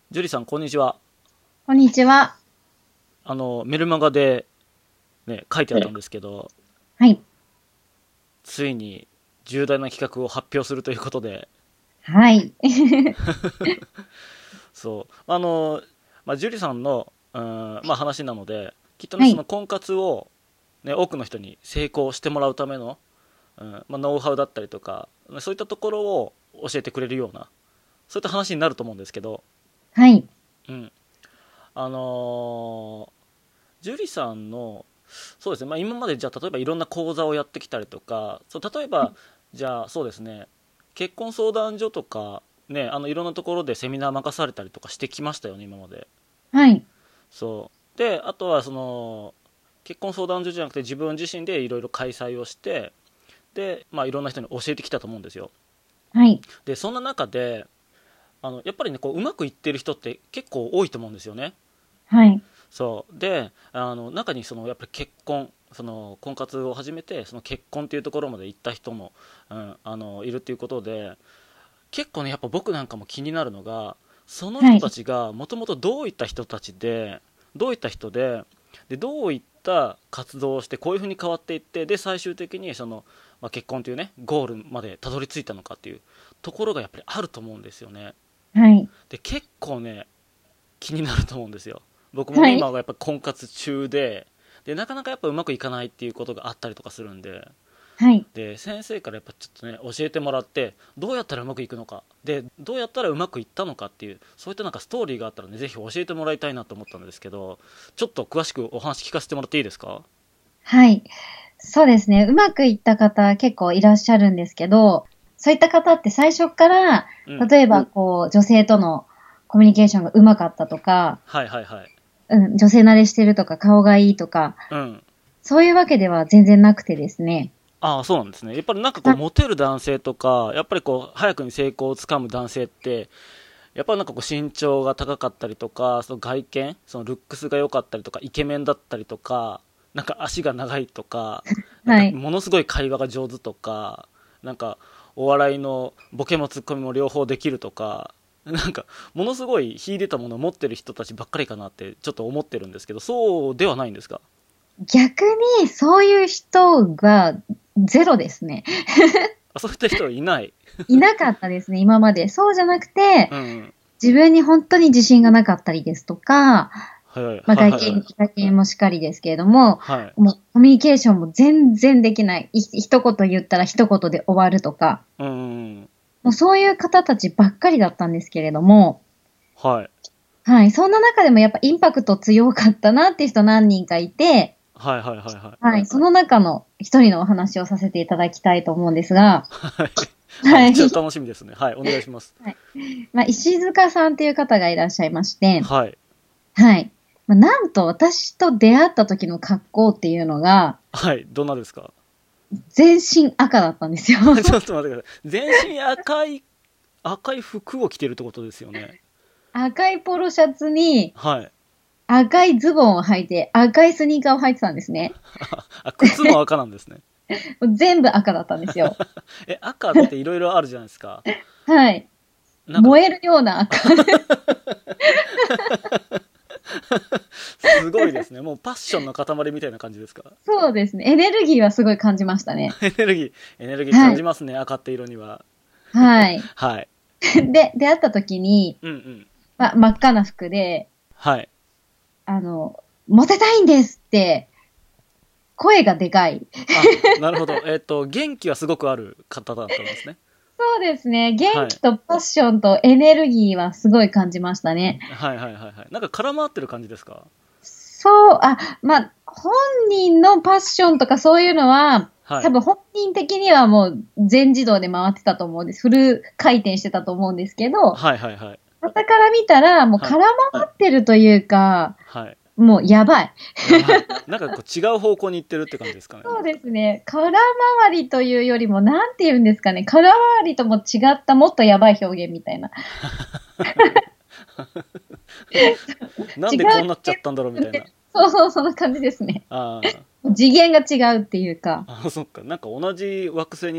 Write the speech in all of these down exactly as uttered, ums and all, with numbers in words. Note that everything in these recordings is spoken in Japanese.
ジュリさん、こんにちは。 こんにちは。 あの、メルマガで、ね、書いてあったんですけど、 はい。 ついに重大な企画を発表するということで、 はい。 そう、あの、まあ、ジュリさんの、うん、まあ、話なので、きっとね、 はい。 その婚活を、ね、多くの人に成功してもらうための、うんまあ、ノウハウだったりとか、そういったところを教えてくれるような、そういった話になると思うんですけど、 はい。 うん、あのージュリさんのそうですね、まあ、今までじゃあ例えばいろんな講座をやってきたりとか、そう例えばじゃあそうですね、結婚相談所とかね、あのいろんなところでセミナー任されたりとかしてきましたよね、今まで。 はい。 そうで、あとはその結婚相談所じゃなくて自分自身でいろいろ開催をして、で、まあ、いろんな人に教えてきたと思うんですよ。 はい。 でそんな中であのやっぱりね、こううまくいってる人って結構多いと思うんですよね。 はい。 そうで、あの中にそのやっぱり結婚、その婚活を始めてその結婚っていうところまで行った人も、うん、あのいるっていうことで、結構ねやっぱ僕なんかも気になるのが、そのはい。 人たちがもともとどういった人たちで、どういった人ででどういった活動をしてこういうふうに変わっていって、で最終的にその、まあ、結婚というねゴールまでたどり着いたのかっていうところがやっぱりあると思うんですよね。 はい。 で結構ね気になると思うんですよ。僕もねはい。 今はやっぱ婚活中で、でなかなかやっぱうまくいかないっていうことがあったりとかするんで、 はい。 で先生からやっぱちょっとね教えてもらって、どうやったらうまくいくのか、でどうやったらうまくいったのかっていう、そういったなんかストーリーがあったらねぜひ教えてもらいたいなと思ったんですけど、ちょっと詳しくお話聞かせてもらっていいですか？ はい。そうですね。うまくいった方結構いらっしゃるんですけど、そういった方って最初から、 うん、 例えばこう、女性とのコミュニケーションがうまかったとか、 はいはいはい。 うん、女性慣れしてるとか、顔がいいとか、 うん。 そういうわけでは全然なくてですね。 ああ、そうなんですね。やっぱりなんかこうはモテる男性とか、やっぱりこう早くに成功をつかむ男性って、やっぱりなんかこう身長が高かったりとか、その外見、そのルックスが良かったりとか、イケメンだったりとか、なんか足が長いとか、なんかはい。 ものすごい会話が上手とか、なんかお笑いのボケもツッコミも両方できるとか、なんかものすごい秀でたものを持ってる人たちばっかりかなってちょっと思ってるんですけど、そうではないんですか？ 逆に、そういう人がゼロですね。 あ、そういった人はいない。 いなかったですね、今まで。そうじゃなくて、 うん。 自分に本当に自信がなかったりですとか、 はいはいまあ、 はいはいはい。 外見、外見もしかりですけれども、 はい。 もうコミュニケーションも全然できない。い一言言ったら一言で終わるとか、 うん。 もうそういう方たちばっかりだったんですけれども、 はい。 はい。そんな中でもやっぱインパクト強かったなっていう人何人かいて、 はいはいはいはい。 はい。その中の一人のお話をさせていただきたいと思うんですが、 はい。はい。 はい。 めっちゃ楽しみですね。はい。お願いします。 はい。まあ、石塚さんっていう方がいらっしゃいまして、 はい。 はい。まあ、なんと私と出会った時の格好っていうのが、 はい。どんなですか？ 全身赤だったんですよ。 ちょっと待ってください。全身赤い、赤い服を着てるってことですよね。 赤いポロシャツにはい。 赤いズボンを履いて赤いスニーカーを履いてたんですね。 あ、靴も赤なんですね。 もう全部赤だったんですよ。 え、赤っていろいろあるじゃないですか。 はい。 なんか、 燃えるような赤。 すごいですね。もうパッションの塊みたいな感じですか？ そうですね。エネルギーはすごい感じましたね。 エネルギー、エネルギーはい。 感じますね。赤って色には。 はい。 はい。 で、出会った時に、 うんうん。 ま、真っ赤な服で、 はい。 あの、モテたいんですって、声がでかい。 あ、なるほど。えっと、元気はすごくある方だったんですね。 そうですね。元はい。 気とパッションとエネルギーはすごい感じましたね。 はいはいはいはい。なんか空回ってる感じですか？ そう、あ、まあ、本人のパッションとかそういうのは、 はい。 多分本人的にはもう全自動で回ってたと思うんです。フル回転してたと思うんですけど、 はいはいはい。 傍から見たらもうはい。 空回ってるというか、 はい。 もうやばい。 やばい。なんかこう違う方向に行ってるって感じですかね。 そうですね。空回りというよりも、なんて言うんですかね。空回りとも違ったもっとやばい表現みたいな。 なん違うでこうなっちゃっ表たんだろうみたいな。 現そうそう、そんな感じですね。 あ次元が違うっていうか。 あ、あ、そっか。なんか同じ惑星に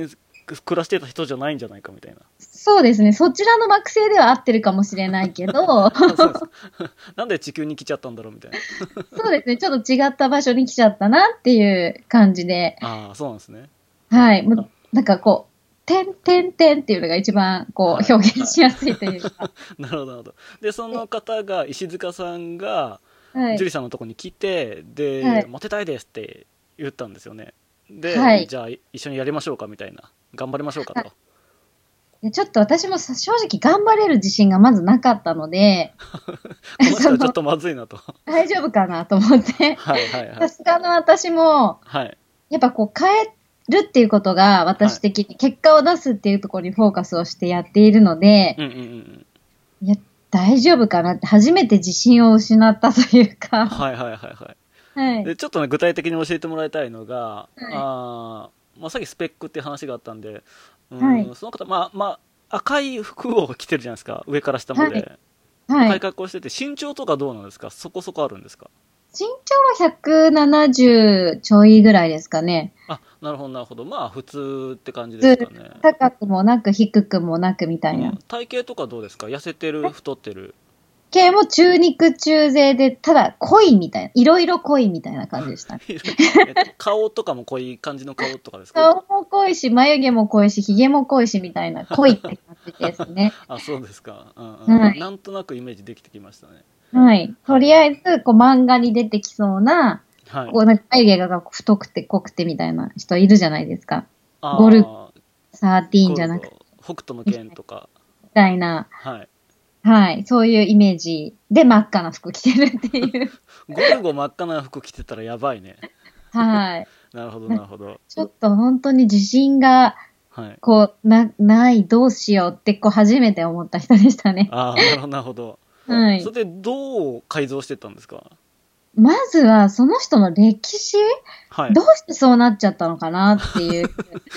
暮らしてた人じゃないんじゃないかみたいな。 そうですね。そちらの惑星では合ってるかもしれないけど、 そうですなんで地球に来ちゃったんだろうみたいな。 そうですね。ちょっと違った場所に来ちゃったなっていう感じで、 ああ、そうなんですね。 はい。もうなんかこう、点点点っていうのが一番こうはい表現しやすいというか。 なるほどなるほど。でその方が石塚さんがはい。 樹里さんのとこに来て、で、 はいモテたいですって言ったんですよね。で、 はいじゃあ一緒にやりましょうかみたいな、頑張りましょうかと。 でちょっと私もさ正直頑張れる自信がまずなかったので、 この人はちょっとまずいなと。 大丈夫かなと思って、 はいはいはいさすがの私も、 はいやっぱこう変えるっていうことが私的に結果を出すっていうところにフォーカスをしてやっているので、 うんうんうんいや、大丈夫かなって初めて自信を失ったというか、 はいはいはいはいはい。 でちょっとね具体的に教えてもらいたいのが、 はいあーまあ、さっきスペックっていう話があったんで、うんはいその方、まあまあ、赤い服を着てるじゃないですか、上から下まで、赤いはい。 格好してて、身長とかどうなんですか、そこそこあるんですか？ 身長はひゃくななじゅうちょいぐらいですかね。 あ、なるほどなるほど、まあ普通って感じですかね。 高くもなく低くもなくみたいな。 うん、体型とかどうですか？痩せてる太ってる？ 系も中肉中背で、ただ濃いみたいな、いろいろ濃いみたいな感じでしたね。 えっと顔とかも濃い感じの顔とかですか？ 顔も濃いし、眉毛も濃いし、髭も濃いしみたいな、濃いって感じですね。 あ、そうですか、うんうんはいなんとなくイメージできてきましたね。 はい。とりあえず、こう漫画に出てきそうな、 はい。 こうなんか眉毛が太くて濃くてみたいな人いるじゃないですか。 あゴルーサーティーンゴルゴじゃなくて、 北斗の拳とか、 みたいな、 はい。 はい。そういうイメージで真っ赤な服着てるっていう。 ゴルゴ真っ赤な服着てたらやばいね。 はい。 なるほどなるほど。 ちょっと本当に自信が、 はい。 こう、な、ない、どうしようって、こう、初めて思った人でしたね。 ああ、なるほどなるほど。 はいそ。れでどう改造してったんですか？ まずは、その人の歴史、 はいどう。してそうなっちゃったのかなっていう。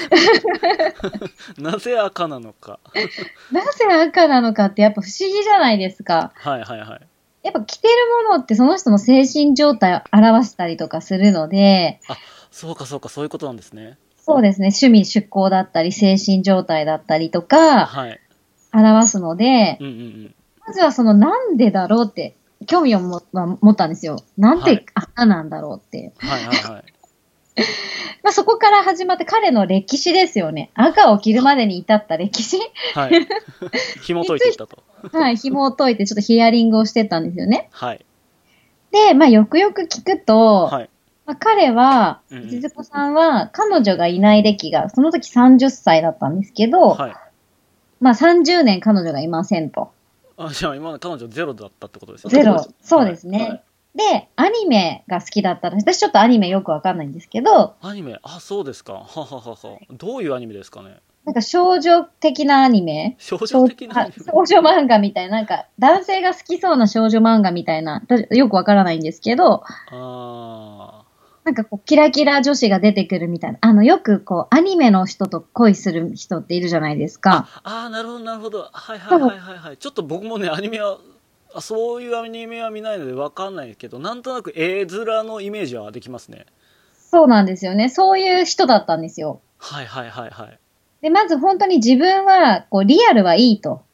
なぜ赤なのか。 なぜ赤なのかってやっぱ不思議じゃないですか。 はいはいはい。 やっぱ着てるものってその人の精神状態を表したりとかするので、 あ、そうかそうか、そういうことなんですね。 そうですね、趣味出向だったり、精神状態だったりとか、 はい。 表すので、 うんうんうん。 まずはそのなんでだろうって興味をも持ったんですよ。なんはいで赤なんだろうっていう。 はいはいはい。 まあそこから始まって彼の歴史ですよね。赤を着るまでに至った歴史。 はい。紐解いていったと。 はい、紐を解いてちょっとヒアリングをしてたんですよね。 はい。 で、まあよくよく聞くと、 はい。 まあ、彼は、 うんうん石塚さんは彼女がいない歴が、その時さんじゅっさいだったんですけど、 はい。 まあさんじゅうねん彼女がいませんと。 あ、じゃあ今の彼女ゼロだったってことですよね。 ゼロ。そうですね。 はいはいで、アニメが好きだったら、私ちょっとアニメよくわかんないんですけど、 アニメ、あ、そうですか。はははは。どういうアニメですかね。 なんか少女的なアニメ少女的なアニメ。 少女漫画みたいな、なんか男性が好きそうな少女漫画みたいな、よくわからないんですけど、 あなんかこう、キラキラ女子が出てくるみたいな。あの、よくこう、アニメの人と恋する人っているじゃないですか。 あ。ああ、なるほどなるほど。はいはいはいはいはい。ちょっと僕もね、アニメは、あそういうアニメは見ないのでわかんないけど、なんとなく絵面のイメージはできますね。 そうなんですよね。そういう人だったんですよ。 はいはいはいはい。 で、まず本当に自分は、こう、リアルはいいと。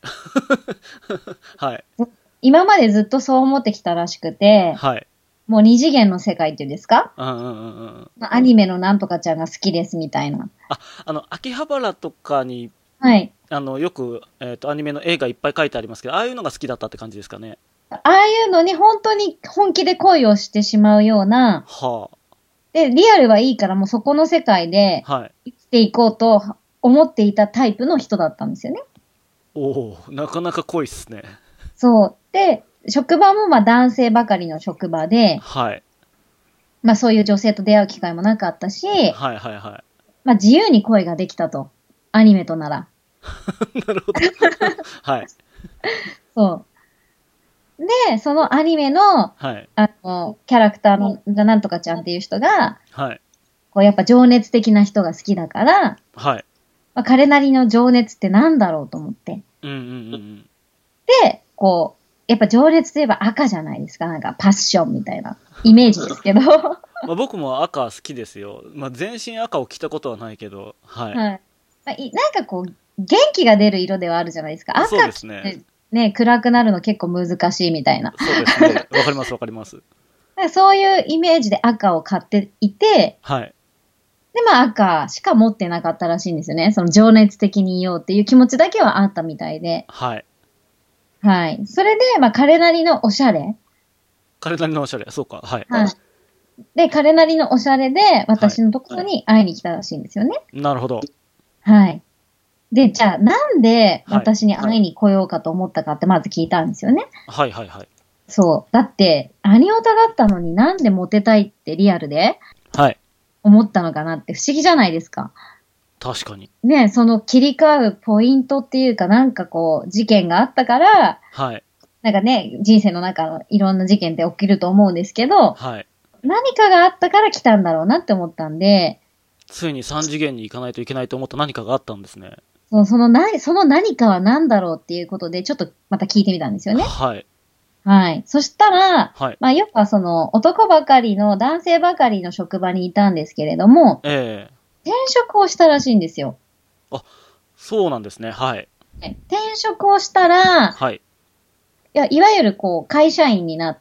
はい。 今までずっとそう思ってきたらしくて、 はい。 もう二次元の世界っていうんですか？ うんうんうんうん。 アニメのなんとかちゃんが好きですみたいな。 あ、あの、秋葉原とかに、 はい。 あの、よく、えっと、アニメの絵がいっぱい描いてありますけど、ああいうのが好きだったって感じですかね。 ああいうのに本当に本気で恋をしてしまうような、 はで、リアルはいいからもうそこの世界であ。はい。 生きていこうと思っていたタイプの人だったんですよね。 おお、なかなか濃いっすね。 そう。で、職場もまあ男性ばかりの職場で、 はい。 まあそういう女性と出会う機会もなかったし、 はいはいはまあ自由に恋ができたと。アニメとなら。 い。なるほど。はい。 そう。で、そのアニメの、 はい。 あの、キャラクターの、なんとかちゃんっていう人が、 はい。 こうやっぱ情熱的な人が好きだから、 はい。 まあ、彼なりの情熱ってなんだろうと思って。 うんうんうんうん。 で、こう、やっぱ情熱といえば赤じゃないですか。なんかパッションみたいなイメージですけど。はまあ僕も赤好きですよ。まあ全身赤を着たことはないけど、はい。 い。 まあ、いなんかこう、元気が出る色ではあるじゃないですか。 そう赤ってですね。 ね、暗くなるの結構難しいみたいな。 そうですね。わかりますわかります。 だからそういうイメージで赤を買っていて、 はい。 で、まあ赤しか持ってなかったらしいんですよね。その情熱的にいようっていう気持ちだけはあったみたいで。 はい。 はい。それで、まあ彼なりのおしゃれ。 彼なりのおしゃれ。そうか。はい。 はい。で、彼なりのおしゃれではい。 私のところに会いに来たらしいんですよね。 なるほど。 はい。で、じゃあなんではい。 私に会いに来ようかと思ったかってまず聞いたんですよね。 はいはいはい。 そう。だって、アニオタだったのになんでモテたいってリアルではい。 思ったのかなって不思議じゃないですか。 確かに。 ね、その切り替わるポイントっていうかなんかこう、事件があったから、 はい。 なんかね、人生の中のいろんな事件って起きると思うんですけど、 はい。 何かがあったから来たんだろうなって思ったんで、 ついにさん次元に行かないといけないと思った何かがあったんですね。 その、そのな、その何かは何だろうっていうことで、ちょっとまた聞いてみたんですよね。 はい。 はい。そしたら、 はい。 まあ、よくはその、男ばかりの、男性ばかりの職場にいたんですけれども、 ええ転職をしたらしいんですよ。 あ、そうなんですね。はい。 ね転職をしたら、 はい。 いや、いわゆるこう、会社員になって、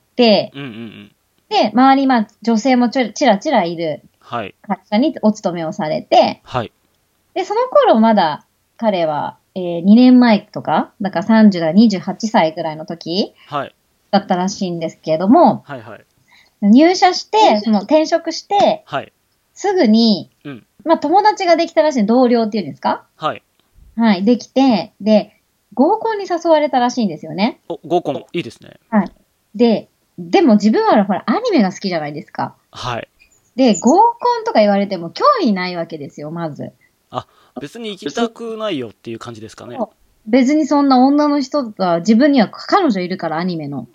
うんうんうん。 で、周り、まあ、女性もちょちらちらいるはい。 会社にお勤めをされて、 はい。 で、その頃まだ彼は、えー、にねんまえとか、だからさんじゅうだからにじゅうはっさいぐらいの時はい。 だったらしいんですけれども、 はいはい。 入社して、その転職して、 はい。 すぐに、 うん。 まあ友達ができたらしい、同僚っていうんですか？ はい。 はい、できて、で、合コンに誘われたらしいんですよね。 お、合コン、いいですね。 はい。で、でも自分はほら、アニメが好きじゃないですか。 はい。 で、合コンとか言われても興味ないわけですよ、まず。 あ、別に行きたくないよっていう感じですかね。 別にそんな女の人が、自分には彼女いるからアニメの。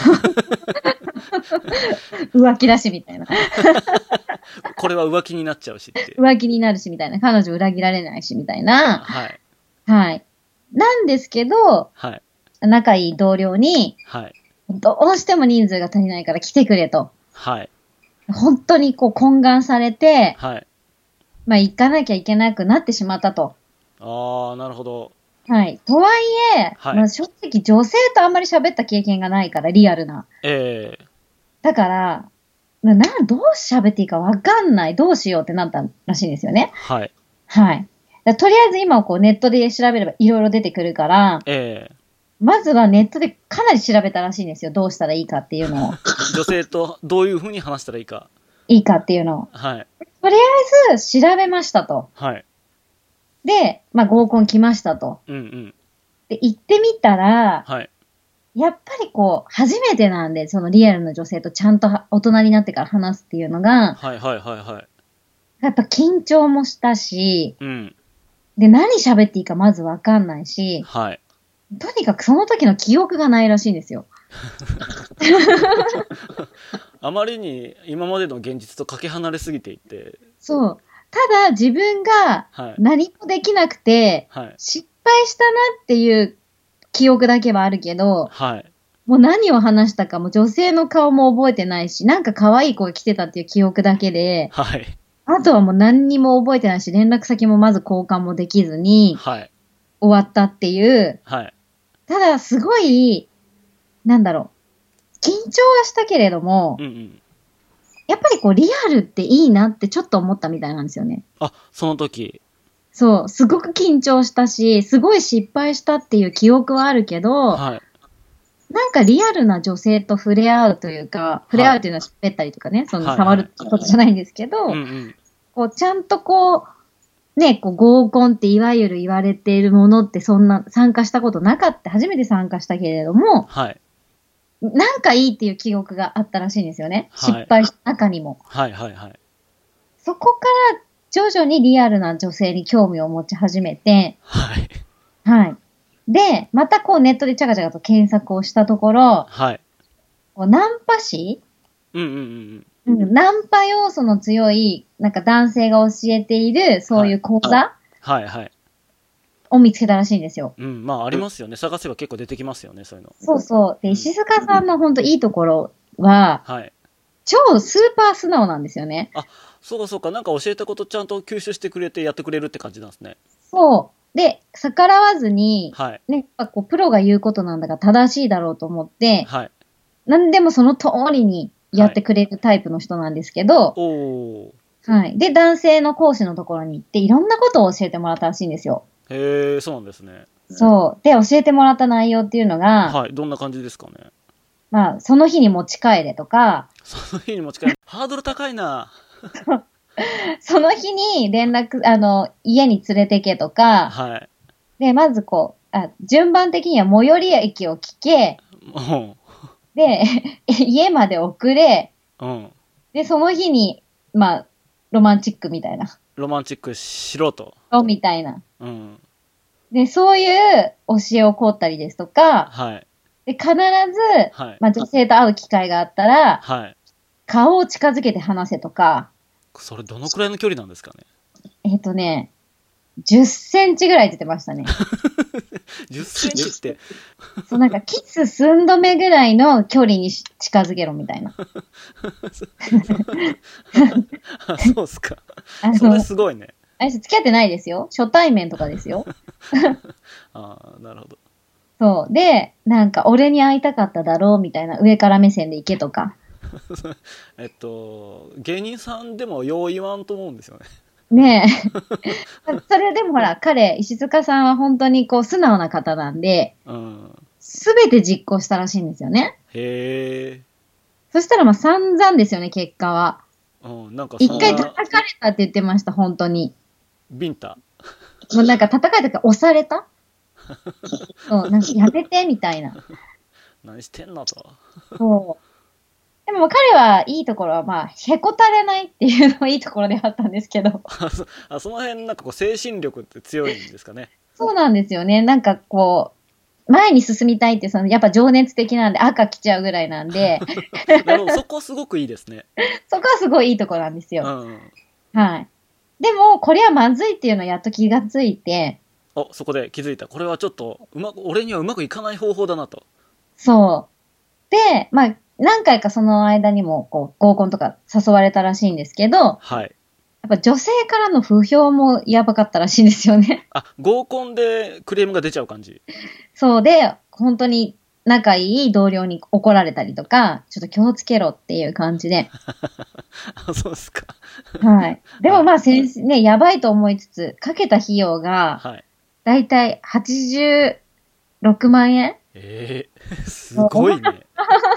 浮気だしみたいな。 これは浮気になっちゃうしって。 浮気になるしみたいな。彼女裏切られないしみたいな。 はい。 はい。なんですけど、 はい。 仲いい同僚に、 はい。 どうしても人数が足りないから来てくれと。 はい。 本当にこう懇願されて、 はい。 まあ行かなきゃいけなくなってしまったと。 ああ、なるほど。 はい。とはいえ、 はい。 まあ正直女性とあんまり喋った経験がないから、リアルな。 ええだから、な、などう喋っていいかわかんない。どうしようってなったらしいんですよね。 はい。 はい。だとりあえず今こうネットで調べればいろいろ出てくるから、 ええまずはネットでかなり調べたらしいんですよ。どうしたらいいかっていうのを。 女性とどういう風に話したらいいか。 いいかっていうのを。 はい。 とりあえず調べましたと。 はい。 で、まあ合コン来ましたと。 うんうん。 で、行ってみたら、 はい。 やっぱりこう、初めてなんで、そのリアルな女性とちゃんとは大人になってから話すっていうのが、 はいはいはいはい。 やっぱ緊張もしたし、 うん。 で、何喋っていいかまずわかんないし、 はい。 とにかくその時の記憶がないらしいんですよ。 あまりに今までの現実とかけ離れすぎていて、 そう。ただ自分がはい。 何もできなくて、 はい。 失敗したなっていう記憶だけはあるけど、 はい。 もう何を話したかも女性の顔も覚えてないし、なんか可愛い子が来てたっていう記憶だけで、 はい。 あとはもう何にも覚えてないし、連絡先もまず交換もできずにはい。 終わったっていう、 はい。 ただすごい、なんだろう、緊張はしたけれどもうんう、ん。 やっぱりこうリアルっていいなってちょっと思ったみたいなんですよね。 あ、その時。 そう、すごく緊張したし、すごい失敗したっていう記憶はあるけど、 はい。 なんかリアルな女性と触れ合うというか、触れ合うというのは喋ったりとかね、そのはい触るってことじゃないんですけど、 うんうん。 こうちゃんとこう、ね、こう合コンっていわゆる言われているものってそんな参加したことなかった、初めて参加したけれども、 はい。 なんかいいっていう記憶があったらしいんですよね。 はい失敗した中にも。 はいはいはい。 そこから徐々にリアルな女性に興味を持ち始めて、 はい。 はい。で、またこうネットでチャカチャカと検索をしたところ、 はい。 こうナンパ師、 うんうんうんうん、ナンパ要素の強い、なんか男性が教えている、そういう講座はいはい。 を見つけたらしいんですよ。 うん、まあありますよね。探せば結構出てきますよね、そういうの。 そうそう。で、 うん石塚さんのほんといいところは、 はい。 超スーパー素直なんですよね。 あ、そうかそうか。なんか教えたことちゃんと吸収してくれてやってくれるって感じなんですね。 そう。で、逆らわずに、 はいね、やっぱこう、プロが言うことなんだから正しいだろうと思って、 はい何でもその通りにやはい。 ってくれるタイプの人なんですけど、 おお。 はい。で、男性の講師のところに行って、いろんなことを教えてもらったらしいんですよ。 へえ、そうなんですね。 そう。で、教えてもらった内容っていうのが、 はい、どんな感じですかね。 まあ、その日に持ち帰れとか、 その日に持ち帰る。ハードル高いな。 その日に連絡、あの、家に連れてけとか、 はい。 で、まずこう、あ、順番的には最寄り駅を聞け、 もで、家まで送れ、 う、うん。 で、その日に、まあ、ロマンチックみたいな、 ロマンチックしろと。 みたいな。 うん。 で、そういう教えを請ったりですとか、 はい。 で、必ず、 はい。 まあ、女性と会う機会があったら、 はい。 顔を近づけて話せとか、 それどのくらいの距離なんですかね。 えっとね、じゅっセンチぐらいって言ってましたね。 じゅっセンチって。 そう、なんか、キス寸止めぐらいの距離にし近づけろみたいな。 あ、そうっすか。 あそれの、 すごいね。 あれ、付き合ってないですよ。初対面とかですよ。 ああ、なるほど。 そう。で、なんか、俺に会いたかっただろうみたいな、上から目線で行けとか。 えっと、芸人さんでもよう言わんと思うんですよね。 ねえ。それでもほら、彼、石塚さんは本当にこう、素直な方なんで、 うん。 すべて実行したらしいんですよね。 へえ。 そしたらまあ散々ですよね、結果は。 うん、なんかそ一回んな、 叩かれたって言ってました、本当に。 ビンタ。 もうなんか叩かれたか押されたそう、なんかやめて、みたいな。 何してんのと。 そう。でも彼はいいところは、まあ、へこたれないっていうのはいいところであったんですけど。 あそあその辺なんかこう精神力って強いんですかね。 そうなんですよね。なんかこう、前に進みたいって、その、やっぱ情熱的なんで赤来ちゃうぐらいなんで、 なるほど、そこすごくいいですね。 そこはすごいいいところなんですよ。 うん。 はい。でも、これはまずいっていうのをやっと気がついて、 お、そこで気づいた。これはちょっとうまく俺にはうまくいかない方法だなと。 そう。で、まあ、何回かその間にも、こう、合コンとか誘われたらしいんですけど、やはい。 っぱ女性からの不評もやばかったらしいんですよね。 あ、合コンでクレームが出ちゃう感じ。 そうで、本当に仲いい同僚に怒られたりとか、ちょっと気をつけろっていう感じで。 あ、そうですか。 はい。でもまあ、 はい。 先生、ね、やばいと思いつつ、かけた費用が、 はい。 だいたいはちじゅうろくまん円ええー、すそうごいね。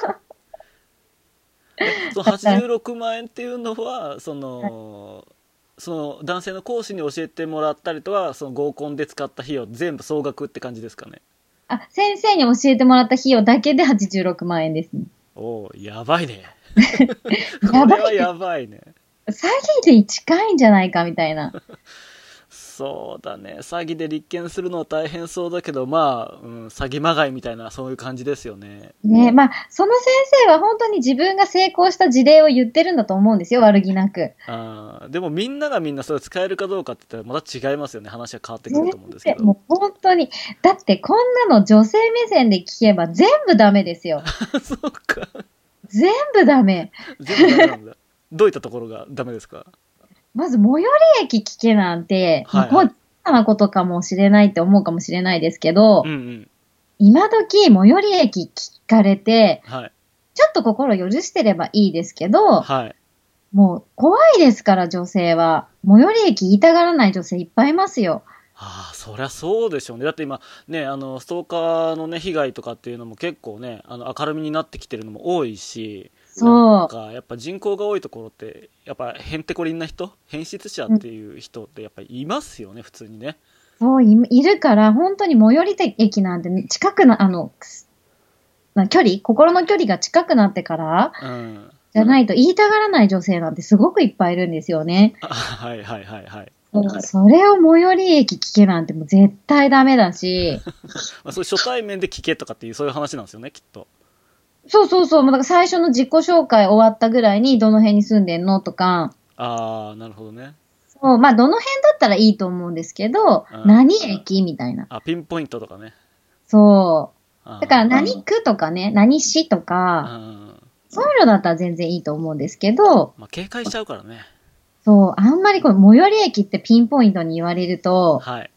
え、そのだったら、 はちじゅうろくまん円っていうのは、その、その男性の講師に教えてもらったりとは、その合コンで使った費用全部総額って感じですかね。 あ、先生に教えてもらった費用だけではちじゅうろくまん円ですね。 おお、やばいね。 やばい。 これはやばいね。 詐欺に近いんじゃないかみたいな。 そうだね。詐欺で立件するのは大変そうだけど、まあ、うん、詐欺まがいみたいな、そういう感じですよね。 ね、まあ、その先生は本当に自分が成功した事例を言ってるんだと思うんですよ、悪気なく。 あー、でもみんながみんなそれ使えるかどうかって言ったらまた違いますよね。話は変わってくると思うんですけど。 もう本当に。だってこんなの女性目線で聞けば全部ダメですよ。 そうか。 全部ダメ。 全部ダメなんだ。どういったところがダメですか？ まず最寄り駅聞けなんて、まあ、 はいはい。 こうなことかもしれないって思うかもしれないですけど、 うんうん。 今時最寄り駅聞かれて、 はい。 ちょっと心許してればいいですけど、 はい。 もう怖いですから女性は。最寄り駅言いたがらない女性いっぱいいますよ。 ああ、そりゃそうでしょうね。だって今、ね、あの、ストーカーのね、被害とかっていうのも結構ね、あの、明るみになってきてるのも多いし、なんそか、やっぱ人口が多いところって、やっぱ、へんてこりんな人、変質者う。うん、 っていう人ってやっぱりいますよね、普通にね。 そうい、いるから、本当に最寄り駅なんてね、近くな、あの、な距離心の距離が近くなってからうん。 じゃないと言いたがらない女性なんてすごくいっぱいいるんですよね。 あ、はいはいはいはい。 そうそれを最寄り駅聞けなんてもう絶対ダメだし、 まあ、そういう初対面で聞けとかっていう、そういう話なんですよね、きっと。 そうそうそう、もうだから最初の自己紹介終わったぐらいにどの辺に住んでんのとか、 ああ、なるほどね。 そう、まあどの辺だったらいいと思うんですけど、 うん。 何駅みたいな。 あ、ピンポイントとかね。 そう。だからあ何区とかね、何市とあ、うか、 ん。 そういうのだったら全然いいと思うんですけど、 まあ、警戒しちゃうからね。 そう、あんまりこの最寄り駅ってピンポイントに言われると、 はい。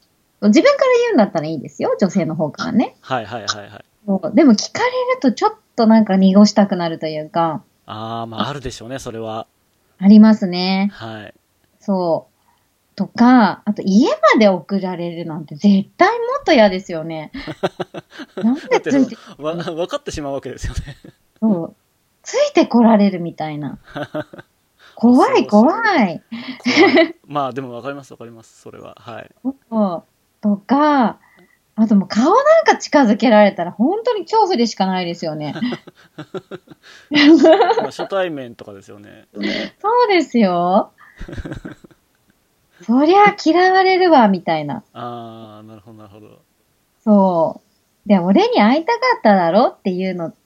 自分から言うんだったらいいですよ。女性の方からね。 はいはいはいはい。 そうでも聞かれるとちょっとなんか濁したくなるというか、 ああ、まああるでしょうね、それは。 ありますね。 はい。 そう。とか、あと家まで送られるなんて絶対もっと嫌ですよね。なんだってそのでついて、 わ分かってしまうわけですよね。 そう、ついてこられるみたいな。怖い恐ろしい。 怖い。 怖い。まあでも分かります分かります、それは。はい。 そうとか、あともう顔なんか近づけられたら本当に恐怖でしかないですよね。 まあ初対面とかですよね。 そうですよ。そりゃ嫌われるわ、みたいな。 ああ、なるほどなるほど。 そう。で、俺に会いたかっただろっていうのって、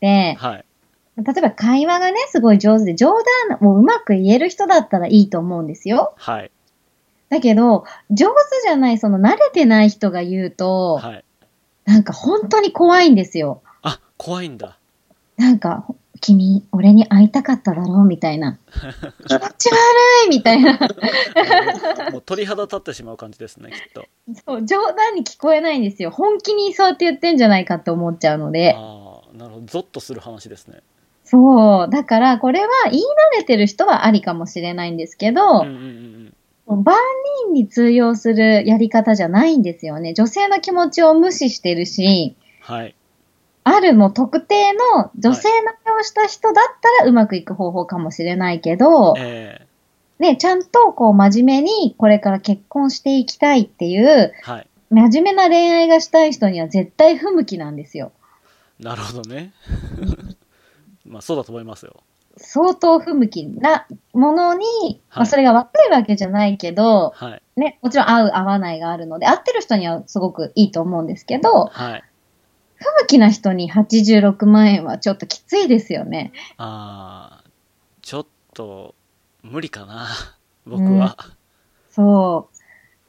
はい。 例えば会話がね、すごい上手で、冗談をうまく言える人だったらいいと思うんですよ。 はい。 だけど、上手じゃない、その慣れてない人が言うと、 はい。 なんか本当に怖いんですよ。 あ、怖いんだ。 なんか、君、俺に会いたかっただろみたいな。気持ち悪いみたいな。 もうもう鳥肌立ってしまう感じですね、きっと。 そう、冗談に聞こえないんですよ。本気にそうやって言ってんじゃないかって思っちゃうので。 ああ、なるほど。ゾッとする話ですね。 そう。だから、これは言い慣れてる人はありかもしれないんですけうんど、 うんうん万人に通用するやり方じゃないんですよね。女性の気持ちを無視してるし、 はい。 あるもう特定の女はい。 性の目をした人だったらうまくいく方法かもしれないけど、 えね、ちゃんとこう真面目にこれから結婚していきたいっていうー、はい。 真面目な恋愛がしたい人には絶対不向きなんですよ。 なるほどね。まあそうだと思いますよ。 相当不向きなものに、まあ、 はい。 それが悪いわけじゃないけど、 はい。 ね、もちろん合う合わないがあるので、合ってる人にはすごくいいと思うんですけど、 はい。 不向きな人にはちじゅうろくまん円はちょっときついですよね。 ああ、ちょっと、無理かな。 うん、 僕は。 そう。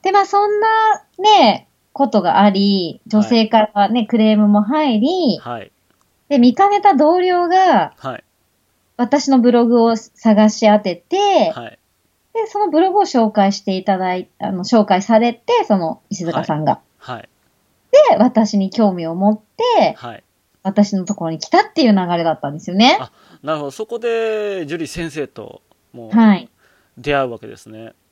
で、まあそんなね、ことがあり、女はい。 性からね、クレームも入り、 はい。 で、見かねた同僚がはい。 私のブログを探し当てて、 はい。 で、そのブログを紹介していただいあの、紹介されて、その石はい。 塚さんが。 はい。 で、私に興味を持って、 はい。 私のところに来たっていう流れだったんですよね。 あ、なるほど。そこで、樹里先生と、もはい。 う、出会うわけですね。